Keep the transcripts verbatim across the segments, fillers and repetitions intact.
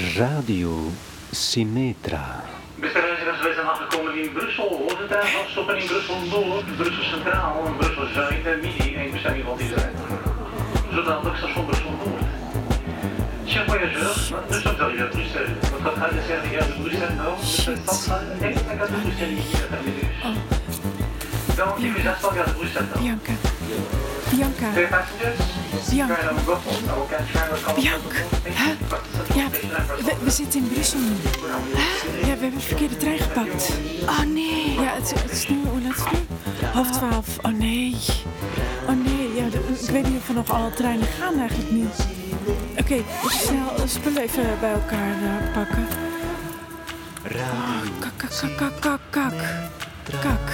Radio Symmetra. Beste reizigers, wij zijn aangekomen in Brussel. Hoofdtuig afstoppen in Brussel-Noord, Brussel Centraal en Brussel-Zuid en Midi. Eén bestemming van die rijden. Zo dadelijk station Brussel-Noord. Chers voyageurs, nous sommes arrivés à Bruxelles. Notre train dessert les gares de Bruxelles Nord, Bruxelles Centrale et la gare de Bruxelles Midi à terminus. Dans quelques instants, gare de Bruxelles Nord. Bianca. Bianca. Dear passengers, Bianca. Skyline Brussels, our catch final Bianca. Huh? Ja, we, we zitten in Brussel nu. Huh? Ja, we hebben de verkeerde trein gepakt. Oh nee. Ja, het, het is nu, hoe laat is het nu? Half twaalf. Oh nee. Oh nee, ja, de, ik weet niet of er nog alle treinen gaan eigenlijk niet. Oké, okay, snel spullen even bij elkaar uh, pakken. Oh, kak, kak, kak, kak, kak, kak. Kak.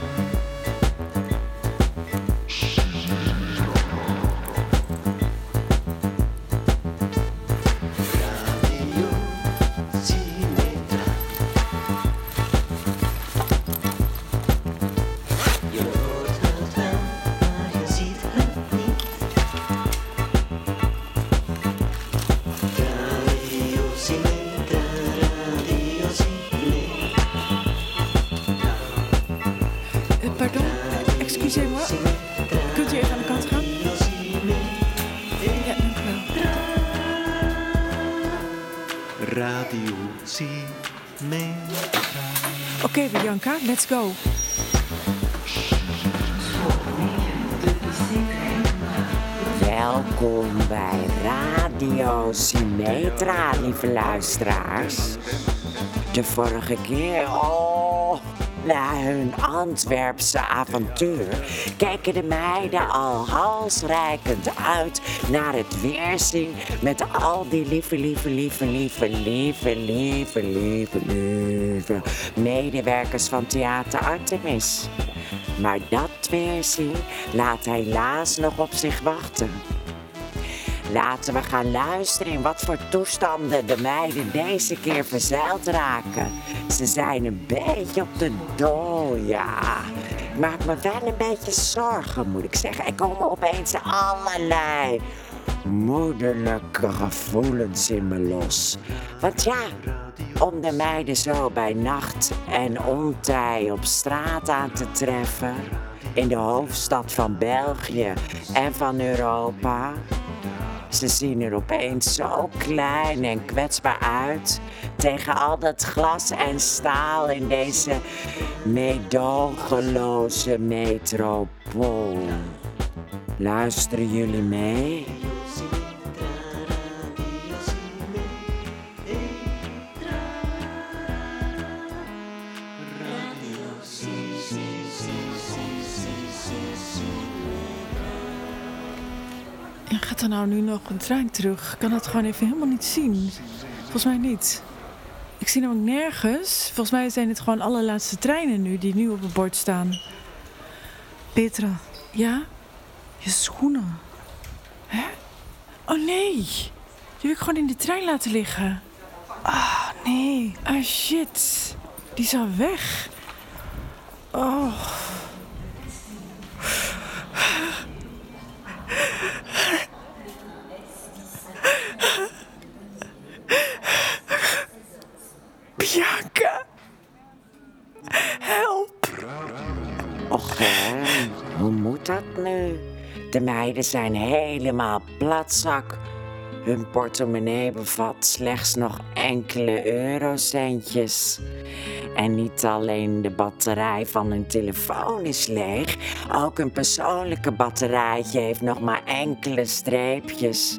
Pardon, excusez-moi. Kunt u even aan de kant gaan? Ja, dank u wel. Radio Symmetra. Oké, okay, Bianca, let's go. Welkom bij Radio Symmetra, lieve luisteraars. De vorige keer, oh, na hun Antwerpse avontuur keken de meiden al halsreikend uit naar het weerzien met al die lieve, lieve, lieve, lieve, lieve, lieve, lieve, lieve medewerkers van Theater Artemis. Maar dat weerzien laat helaas nog op zich wachten. Laten we gaan luisteren in wat voor toestanden de meiden deze keer verzeild raken. Ze zijn een beetje op de dool, ja. Ik maak me wel een beetje zorgen, moet ik zeggen. Er komen opeens allerlei moederlijke gevoelens in me los. Want ja, om de meiden zo bij nacht en ontij op straat aan te treffen, in de hoofdstad van België en van Europa. Ze zien er opeens zo klein en kwetsbaar uit tegen al dat glas en staal in deze meedogenloze metropool. Luisteren jullie mee? Ja, gaat er nou nu nog een trein terug? Ik kan dat gewoon even helemaal niet zien. Volgens mij niet. Ik zie namelijk nergens. Volgens mij zijn het gewoon alle laatste treinen nu die nu op het bord staan. Petra. Ja? Je schoenen. Hè? Oh nee. Die heb ik gewoon in de trein laten liggen. Ah, nee. Ah, shit. Die is al weg. Oh. Bianca. Help. Och, hè, hoe moet dat nu? De meiden zijn helemaal platzak. Hun portemonnee bevat slechts nog enkele eurocentjes. En niet alleen de batterij van hun telefoon is leeg, ook hun persoonlijke batterijtje heeft nog maar enkele streepjes.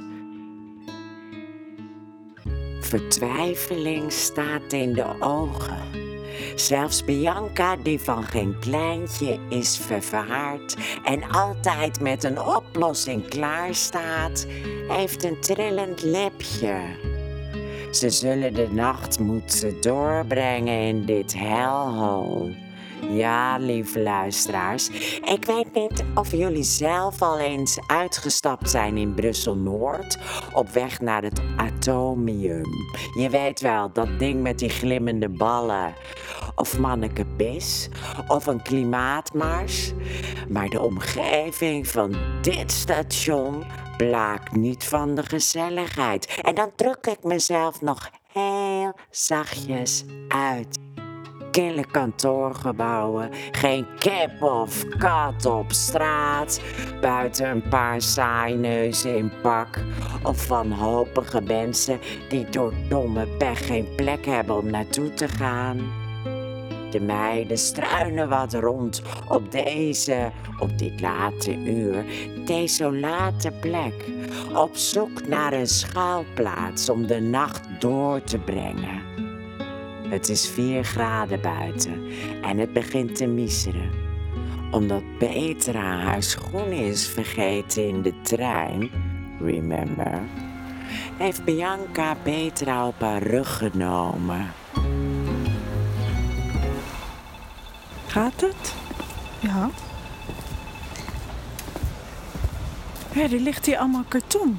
Vertwijfeling staat in de ogen. Zelfs Bianca, die van geen kleintje is vervaard en altijd met een oplossing klaarstaat, heeft een trillend lipje. Ze zullen de nacht moeten doorbrengen in dit hellhole. Ja, lieve luisteraars, ik weet niet of jullie zelf al eens uitgestapt zijn in Brussel-Noord op weg naar het Atomium. Je weet wel, dat ding met die glimmende ballen. Of Manneke Pis, of een klimaatmars. Maar de omgeving van dit station blaakt niet van de gezelligheid. En dan druk ik mezelf nog heel zachtjes uit. Kille kantoorgebouwen, geen kip of kat op straat, buiten een paar saaineuzen in pak of wanhopige mensen die door domme pech geen plek hebben om naartoe te gaan. De meiden struinen wat rond op deze, op dit late uur, desolate plek, op zoek naar een schuilplaats om de nacht door te brengen. Het is vier graden buiten en het begint te miezeren. Omdat Petra haar schoenen is vergeten in de trein, remember, heeft Bianca Petra op haar rug genomen. Gaat het? Ja, Ja, er ligt hier allemaal karton.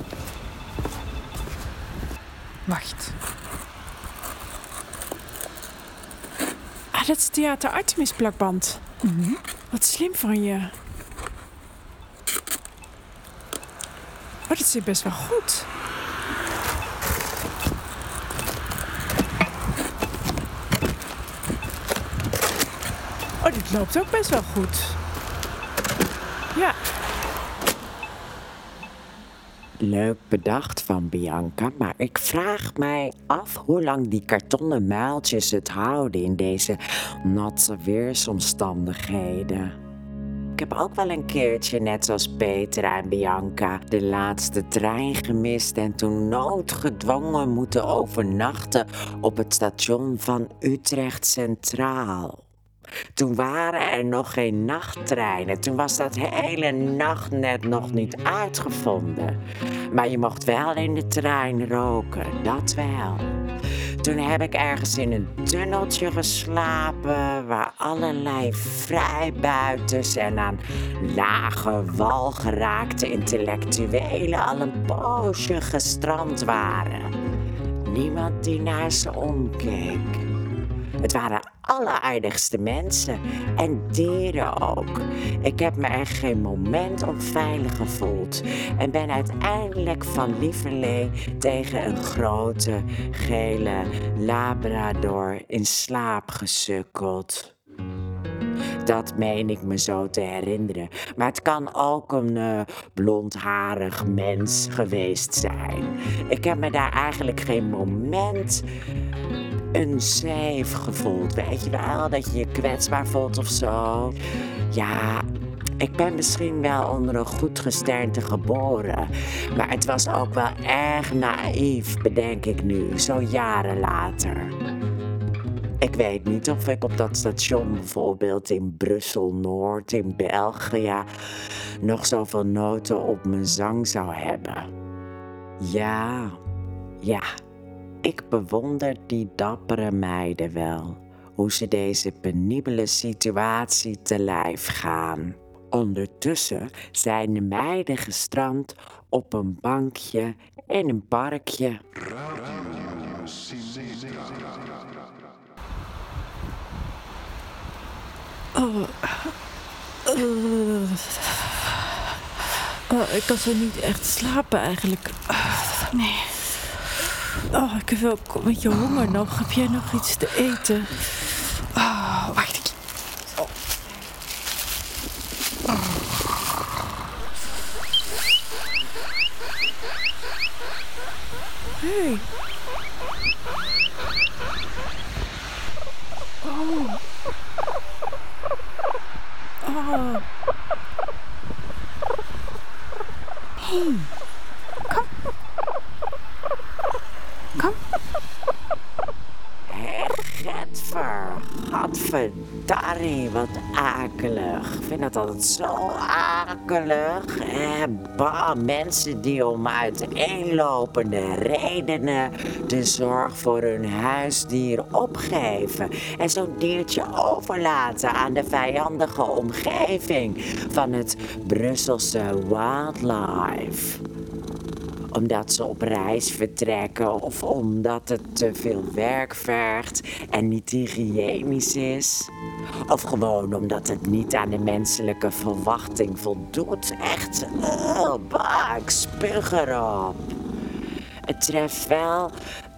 wacht. Ah, dat is Theater Artemis plakband. Mhm. Wat slim van je. Oh, dit zit best wel goed. Oh, dit loopt ook best wel goed. Ja. Leuk bedacht van Bianca, maar ik vraag mij af hoe lang die kartonnen muiltjes het houden in deze natte weersomstandigheden. Ik heb ook wel een keertje, net als Petra en Bianca, de laatste trein gemist en toen noodgedwongen moeten overnachten op het station van Utrecht Centraal. Toen waren er nog geen nachttreinen. Toen was dat hele nachtnet nog niet uitgevonden. Maar je mocht wel in de trein roken, dat wel. Toen heb ik ergens in een tunneltje geslapen waar allerlei vrijbuiters en aan lage wal geraakte intellectuelen al een poosje gestrand waren. Niemand die naar ze omkeek. Het waren alleraardigste mensen en dieren ook. Ik heb me er geen moment onveilig gevoeld en ben uiteindelijk van lieverlee tegen een grote gele labrador in slaap gesukkeld. Dat meen ik me zo te herinneren. Maar het kan ook een uh, blondharig mens geweest zijn. Ik heb me daar eigenlijk geen moment unsafe gevoeld. Weet je wel, dat je je kwetsbaar voelt of zo. Ja, ik ben misschien wel onder een goed gesternte geboren. Maar het was ook wel erg naïef, bedenk ik nu, zo jaren later. Ik weet niet of ik op dat station bijvoorbeeld in Brussel-Noord, in België, nog zoveel noten op mijn zang zou hebben. Ja, ja, ik bewonder die dappere meiden wel, hoe ze deze penibele situatie te lijf gaan. Ondertussen zijn de meiden gestrand op een bankje in een parkje. Oh. Uh. Oh, ik kan zo niet echt slapen eigenlijk. Nee. Oh, ik heb wel een beetje honger nog. Heb jij nog iets te eten? Oh, wacht. Ik... Oh. Oh. Hey. Oh. Oh. Hey. Kom. Kom. Getver, gadverdarrie, wat akelig. Ik vind dat altijd zo akelig. Eh, bah, mensen die om uiteenlopende redenen de zorg voor hun huisdier opgeven. En zo'n diertje overlaten aan de vijandige omgeving van het Brusselse wildlife. Omdat ze op reis vertrekken of omdat het te veel werk vergt en niet hygiënisch is. Of gewoon omdat het niet aan de menselijke verwachting voldoet. Echt, uh, bah, ik spuug erop. Het treft wel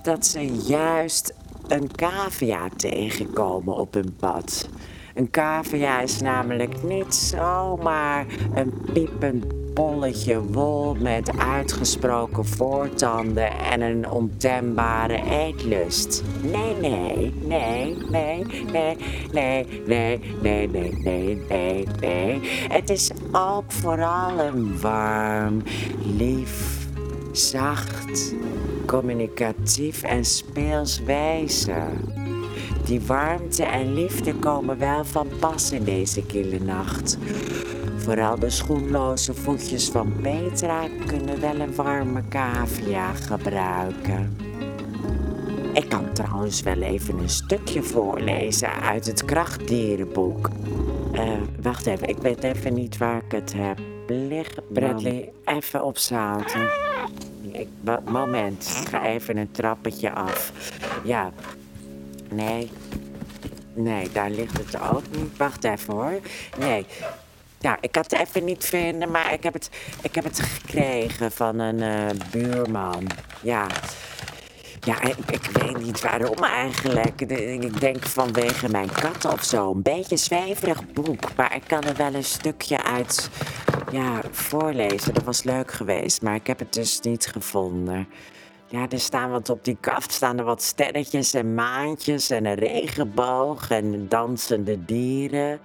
dat ze juist een cavia tegenkomen op hun pad. Een cavia is namelijk niet zomaar een piepend bolletje wol met uitgesproken voortanden en een ontembare eetlust. Nee, nee, nee, nee, nee, nee, nee, nee, nee, nee, nee, nee. Het is ook vooral een warm, lief, zacht, communicatief en speels wezen. Die warmte en liefde komen wel van pas in deze kille nacht. Vooral de schoenloze voetjes van Petra kunnen wel een warme cavia gebruiken. Ik kan trouwens wel even een stukje voorlezen uit het krachtdierenboek. Uh, wacht even, ik weet even niet waar ik het heb liggen. Bradley, even opzouten. Ik, moment, ik ga even een trappetje af. Ja, nee. Nee, daar ligt het ook niet. Wacht even hoor. Nee. Ja, ik kan het even niet vinden, maar ik heb het, ik heb het gekregen van een uh, buurman. Ja. Ja, ik, ik weet niet waarom eigenlijk. Ik denk vanwege mijn kat of zo. Een beetje zweverig boek, maar ik kan er wel een stukje uit ja, voorlezen. Dat was leuk geweest, maar ik heb het dus niet gevonden. Ja, er staan wat op die kaft, staan er wat sterretjes en maantjes en een regenboog en dansende dieren.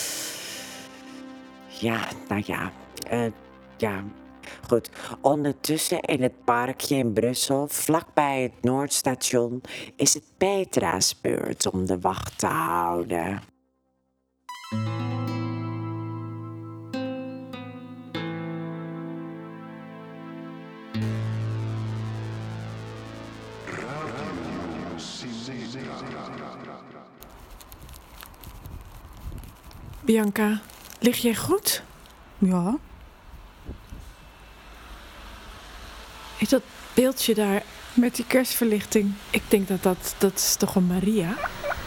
Ja, nou ja, uh, ja, goed. Ondertussen in het parkje in Brussel, vlakbij het Noordstation, is het Petra's beurt om de wacht te houden. Bianca, lig jij goed? Ja. Is dat beeldje daar met die kerstverlichting? Ik denk dat dat, dat is toch een Maria?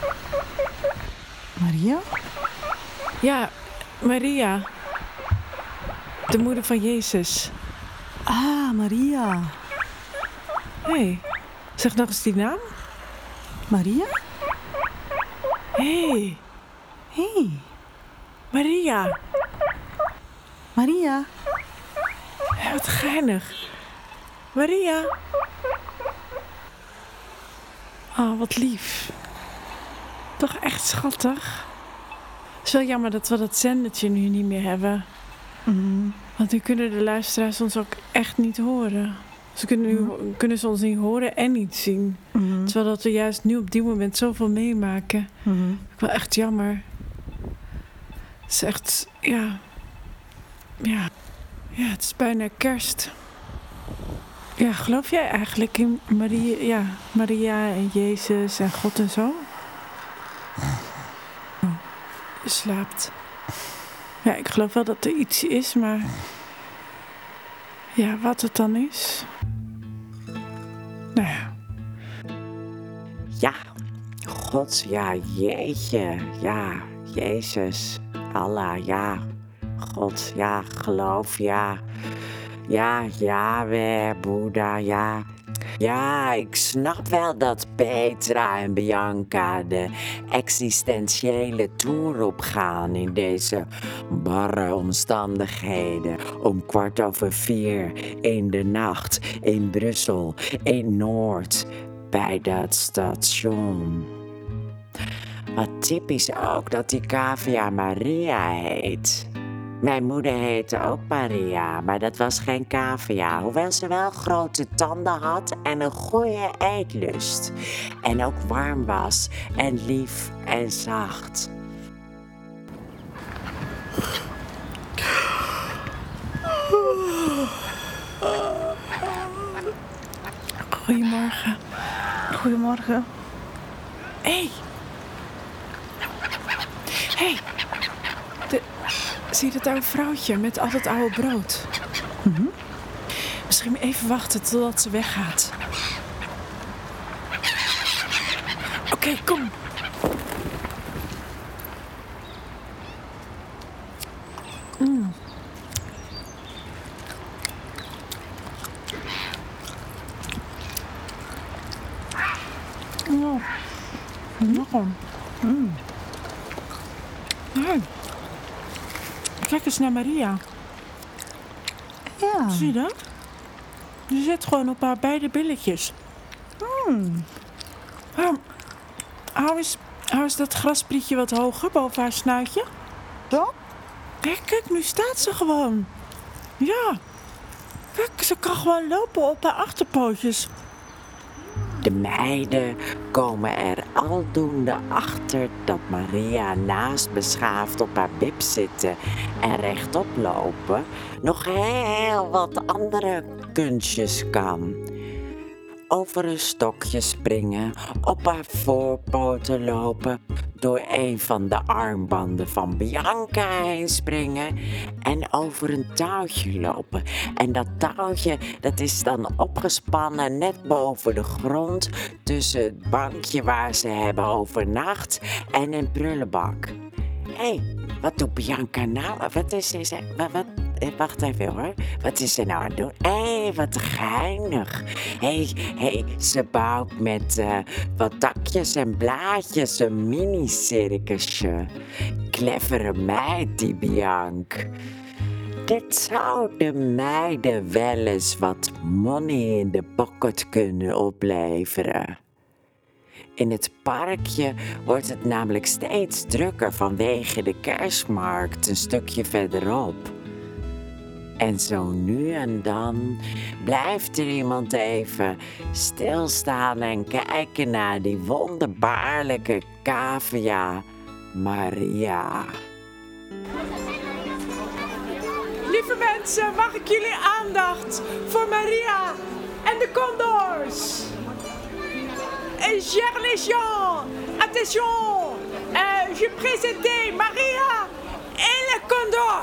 Maria? Ja, Maria. De moeder van Jezus. Ah, Maria. Hé, hey, zeg nog eens die naam. Maria? Hé. Hey. Hé. Hey. Maria. Maria. Ja, wat geinig. Maria. Oh, wat lief. Toch echt schattig. Het is wel jammer dat we dat zendertje nu niet meer hebben. Mm. Want nu kunnen de luisteraars ons ook echt niet horen. Ze kunnen, nu, mm. kunnen ze ons niet horen en niet zien. Mm. Terwijl dat we juist nu op dit moment zoveel meemaken. Mm. Wel echt jammer. Het is echt, ja... Ja, ja, het is bijna kerst. Ja, geloof jij eigenlijk in Maria, ja, Maria en Jezus en God en zo? Oh, je slaapt. Ja, ik geloof wel dat er iets is, maar... Ja, wat het dan is... Nou ja. Ja, God, ja, jeetje, ja, Jezus, Allah, ja, God, ja, geloof, ja, ja, Yahweh, Boeddha, ja. Ja, ik snap wel dat Petra en Bianca de existentiële toer opgaan in deze barre omstandigheden. Om kwart over vier in de nacht in Brussel, in Noord, bij dat station. Wat typisch ook dat die cavia Maria heet. Mijn moeder heette ook Maria, maar dat was geen cavia. Hoewel ze wel grote tanden had en een goede eetlust. En ook warm was en lief en zacht. Goedemorgen. Goedemorgen. Hé. Hey. Hé. Hey. De... Zie je dat oude vrouwtje met al dat oude brood? Mm-hmm. Misschien even wachten totdat ze weggaat. Oké, okay, kom. Mm. Oh, lekker. Mm. Hey. Kijk eens naar Maria. Ja. Zie je dat? Die zit gewoon op haar beide billetjes. Mm. Oh, hou, eens, hou eens dat grasprietje wat hoger boven haar snuitje. Zo? Kijk, kijk, nu staat ze gewoon. Ja. Kijk, ze kan gewoon lopen op haar achterpootjes. De meiden komen er aldoende achter dat Maria naast beschaafd op haar bib zitten en rechtop lopen nog heel wat andere kunstjes kan. Over een stokje springen, op haar voorpoten lopen, door een van de armbanden van Bianca heen springen en over een touwtje lopen. En dat touwtje, dat is dan opgespannen net boven de grond tussen het bankje waar ze hebben overnacht en een prullenbak. Hé, hey, wat doet Bianca nou? Wat is ze? Wat, wat? Wacht even hoor. Wat is ze nou aan het doen? Hé, hey, wat geinig. Hé, hey, hey, ze bouwt met uh, wat takjes en blaadjes een mini-circusje. Clevere meid, die Bianca. Dit zou de meiden wel eens wat money in de pocket kunnen opleveren. In het parkje wordt het namelijk steeds drukker vanwege de kerstmarkt een stukje verderop. En zo nu en dan blijft er iemand even stilstaan en kijken naar die wonderbaarlijke cavia Maria. Lieve mensen, mag ik jullie aandacht voor Maria en de condors? Et chers les gens, attention, euh, je présente Maria et le condor.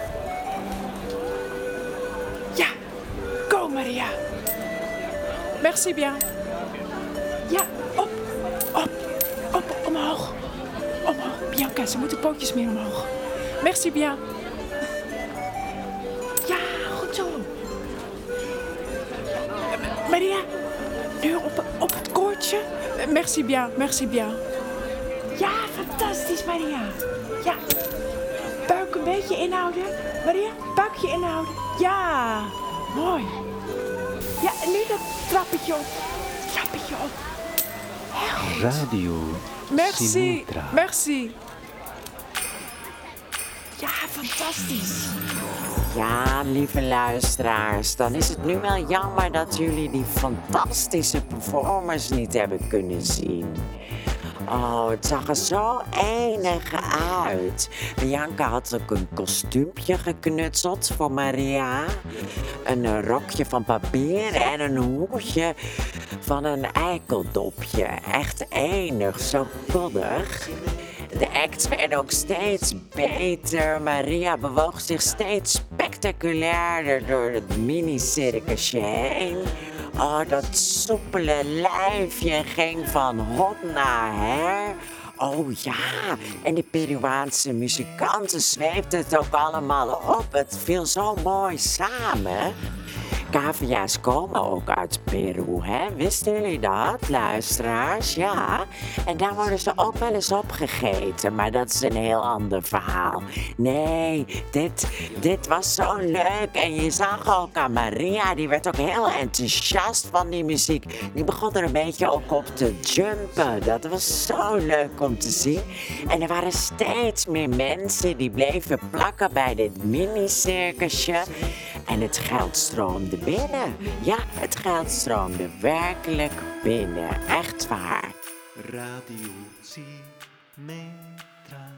Ja, go Maria. Merci bien. Ja, op, op, op, omhoog. Omhoog, Bianca, ze moeten pootjes meer omhoog. Merci bien. Ja, goed zo. Maria, nu op, op het koordje. Merci bien, merci bien. Ja, fantastisch, Maria. Ja, buik een beetje inhouden. Maria, buikje inhouden. Ja, mooi. Ja, en nu dat trappetje op. Trappetje op. Heel goed. Radio Merci, Simetra. merci. Ja, fantastisch. Ja, lieve luisteraars, dan is het nu wel jammer dat jullie die fantastische performance niet hebben kunnen zien. Oh, het zag er zo enig uit. Bianca had ook een kostuumpje geknutseld voor Maria. Een rokje van papier en een hoedje van een eikeldopje. Echt enig, zo koddig. De acts werden ook steeds beter. Maria bewoog zich steeds spectaculairder door het mini-circusje heen. Oh, dat soepele lijfje ging van hot naar her. Oh ja, en de Peruaanse muzikanten zweefden het ook allemaal op. Het viel zo mooi samen. Cavia's komen ook uit Peru, hè? Wisten jullie dat, luisteraars? Ja. En daar worden ze ook wel eens opgegeten, maar dat is een heel ander verhaal. Nee, dit, dit was zo leuk. En je zag ook aan Maria, die werd ook heel enthousiast van die muziek. Die begon er een beetje ook op te jumpen. Dat was zo leuk om te zien. En er waren steeds meer mensen die bleven plakken bij dit mini-circusje. En het geld stroomde binnen. Ja, het geld stroomde werkelijk binnen. Echt waar. Radio Simetra.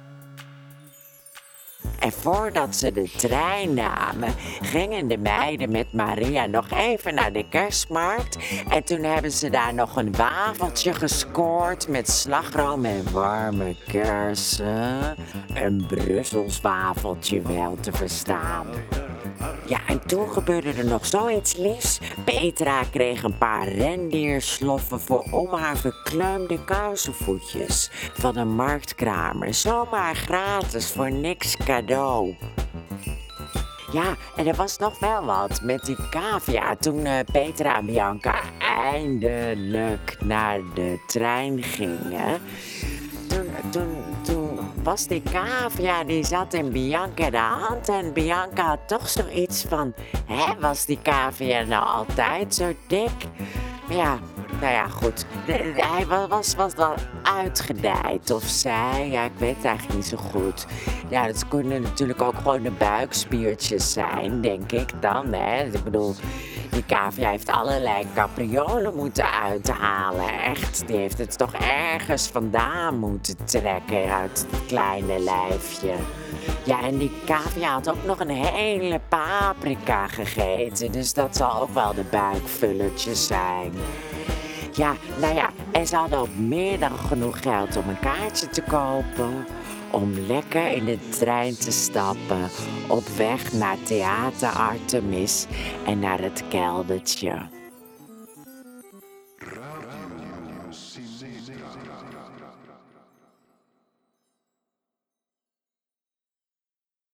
En voordat ze de trein namen, gingen de meiden met Maria nog even naar de kerstmarkt. En toen hebben ze daar nog een wafeltje gescoord met slagroom en warme kersen. Een Brussels wafeltje wel te verstaan. Ja, en toen gebeurde er nog zoiets liefs. Petra kreeg een paar rendiersloffen voor om haar verkleumde kousenvoetjes van een marktkramer. Zomaar gratis voor niks cadeau. Ja, en er was nog wel wat met die cavia. Toen uh, Petra en Bianca eindelijk naar de trein gingen. Toen, toen, toen was die cavia, die zat in Bianca de hand. En Bianca had toch zoiets van... Hé, was die cavia nou altijd zo dik? Maar ja, nou ja, goed. De, de, hij was, was wel uitgedijd, of zij. Ja, ik weet het eigenlijk niet zo goed. Ja, dat kunnen natuurlijk ook gewoon de buikspiertjes zijn, denk ik dan, hè. Ik bedoel, die cavia heeft allerlei capriolen moeten uithalen. Echt, die heeft het toch ergens vandaan moeten trekken uit het kleine lijfje. Ja, en die cavia had ook nog een hele paprika gegeten. Dus dat zal ook wel de buikvullertjes zijn. Ja, nou ja, en ze hadden ook meer dan genoeg geld om een kaartje te kopen. Om lekker in de trein te stappen. Op weg naar Theater Artemis en naar het keldertje. Radio Sinetra.